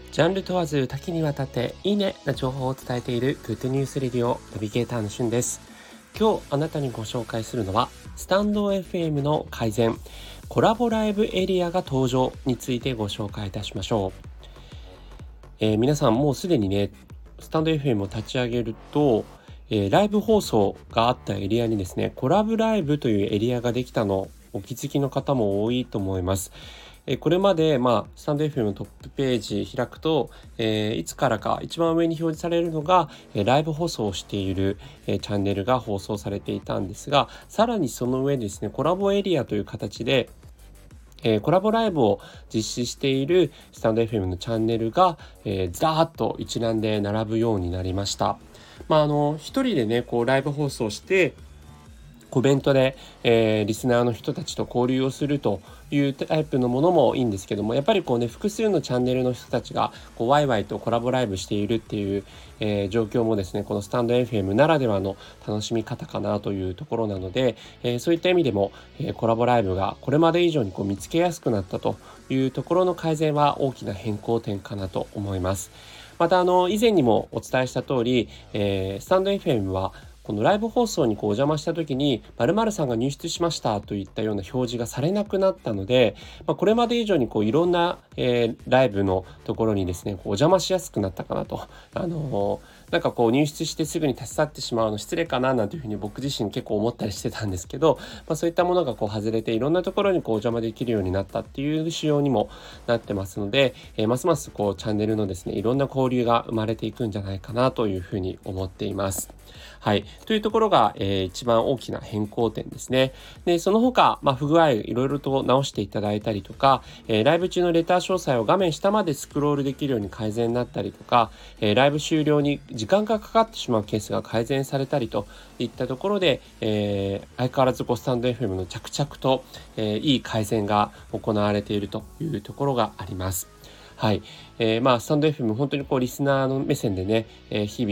ジャンル問わず多岐にわたっていいねな情報を伝えているグッドニュースレディオナビゲーターのしゅんです。今日あなたにご紹介するのはスタンド FM の改善、コラボライブエリアが登場についてご紹介いたしましょう。皆さんもうすでにねスタンド FM を立ち上げると、ライブ放送があったエリアにですねコラボライブというエリアができたのお気づきの方も多いと思います。これまで、スタンド FM のトップページ開くと、いつからか一番上に表示されるのが、ライブ放送をしている、チャンネルが放送されていたんですが、さらにその上ですね、コラボエリアという形で、コラボライブを実施しているスタンド FM のチャンネルが、ずらーっと一覧で並ぶようになりました。一人でね、ライブ放送してコメントで、リスナーの人たちと交流をするというタイプのものもいいんですけども、やっぱり複数のチャンネルの人たちがワイワイとコラボライブしているっていう、状況もですね、このスタンド FM ならではの楽しみ方かなというところなので、そういった意味でも、コラボライブがこれまで以上に見つけやすくなったというところの改善は大きな変更点かなと思います。また以前にもお伝えした通り、スタンド FM はこのライブ放送にお邪魔した時に〇〇さんが入室しましたといったような表示がされなくなったので、これまで以上にいろんな、ライブのところにですねお邪魔しやすくなったかなと。入室してすぐに立ち去ってしまうの失礼かななんていうふうに僕自身結構思ったりしてたんですけど、そういったものが外れていろんなところにお邪魔できるようになったっていう仕様にもなってますので、ますますチャンネルのですねいろんな交流が生まれていくんじゃないかなというふうに思っています。はい、というところが、一番大きな変更点ですね。でその他、不具合いろいろと直していただいたりとか、ライブ中のレター詳細を画面下までスクロールできるように改善になったりとか、ライブ終了に時間がかかってしまうケースが改善されたりといったところで、相変わらずスタンド FM の着々と、いい改善が行われているというところがあります。はい、スタンド FM 本当にリスナーの目線でね、日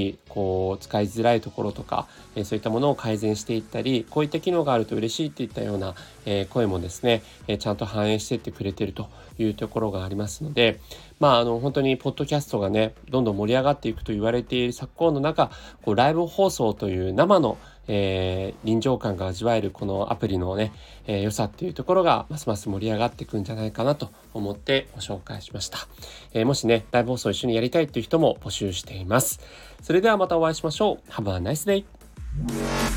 々使いづらいところとか、そういったものを改善していったり、こういった機能があると嬉しいっていったような、声もですね、ちゃんと反映していってくれているというところがありますので、本当にポッドキャストがねどんどん盛り上がっていくと言われている昨今の中、ライブ放送という生の臨場感が味わえるこのアプリのね、良さっていうところがますます盛り上がっていくんじゃないかなと思ってご紹介しました。もしねライブ放送一緒にやりたいっていう人も募集しています。それではまたお会いしましょう。Have a nice day!